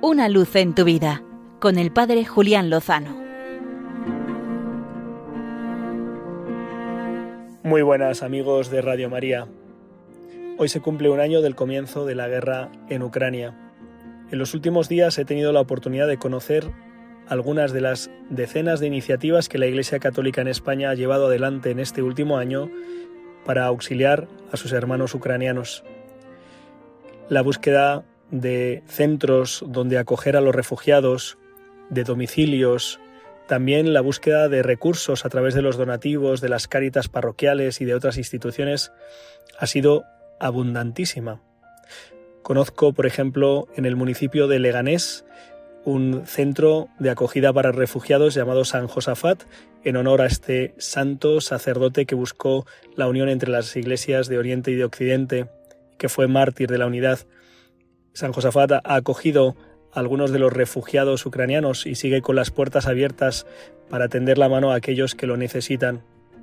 Una luz en tu vida, con el Padre Julián Lozano. Muy buenas amigos de Radio María. Hoy se cumple un año del comienzo de la guerra en Ucrania. En los últimos días he tenido la oportunidad de conocer algunas de las decenas de iniciativas que la Iglesia Católica en España ha llevado adelante en este último año para auxiliar a sus hermanos ucranianos. La búsqueda de centros donde acoger a los refugiados, de domicilios, también la búsqueda de recursos a través de los donativos, de las cáritas parroquiales y de otras instituciones ha sido abundantísima. Conozco, por ejemplo, en el municipio de Leganés, un centro de acogida para refugiados llamado San Josafat, en honor a este santo sacerdote que buscó la unión entre las iglesias de Oriente y de Occidente, que fue mártir de la unidad. San Josafat ha acogido a algunos de los refugiados ucranianos y sigue con las puertas abiertas para tender la mano a aquellos que lo necesitan.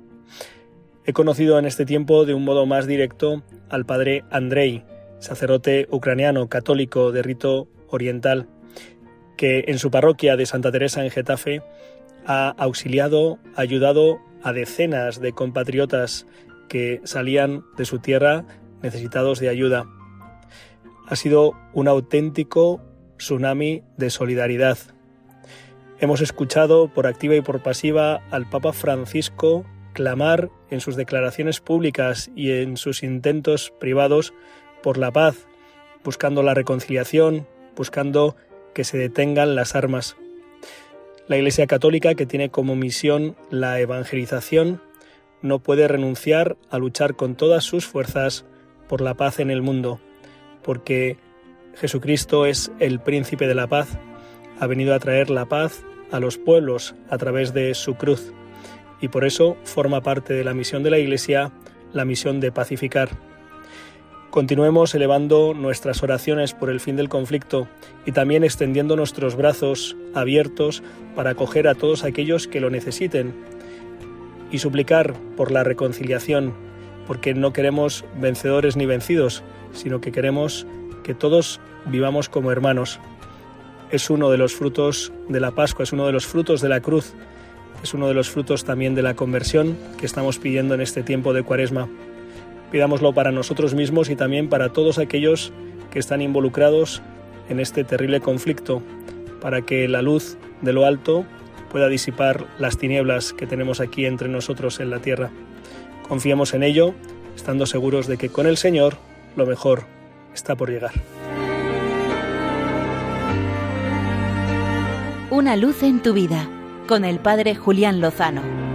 He conocido en este tiempo de un modo más directo al padre Andrei, sacerdote ucraniano católico de rito oriental, que en su parroquia de Santa Teresa en Getafe ha auxiliado, ayudado a decenas de compatriotas que salían de su tierra necesitados de ayuda. Ha sido un auténtico tsunami de solidaridad. Hemos escuchado por activa y por pasiva al Papa Francisco clamar en sus declaraciones públicas y en sus intentos privados por la paz, buscando la reconciliación, buscando que se detengan las armas. La Iglesia Católica, que tiene como misión la evangelización, no puede renunciar a luchar con todas sus fuerzas por la paz en el mundo, porque Jesucristo es el príncipe de la paz, ha venido a traer la paz a los pueblos a través de su cruz, y por eso forma parte de la misión de la Iglesia, la misión de pacificar. Continuemos elevando nuestras oraciones por el fin del conflicto y también extendiendo nuestros brazos abiertos para acoger a todos aquellos que lo necesiten y suplicar por la reconciliación, porque no queremos vencedores ni vencidos, sino que queremos que todos vivamos como hermanos. Es uno de los frutos de la Pascua, es uno de los frutos de la cruz, es uno de los frutos también de la conversión que estamos pidiendo en este tiempo de Cuaresma. Pidámoslo para nosotros mismos y también para todos aquellos que están involucrados en este terrible conflicto, para que la luz de lo alto pueda disipar las tinieblas que tenemos aquí entre nosotros en la tierra. Confiemos en ello, estando seguros de que con el Señor lo mejor está por llegar. Una luz en tu vida, con el Padre Julián Lozano.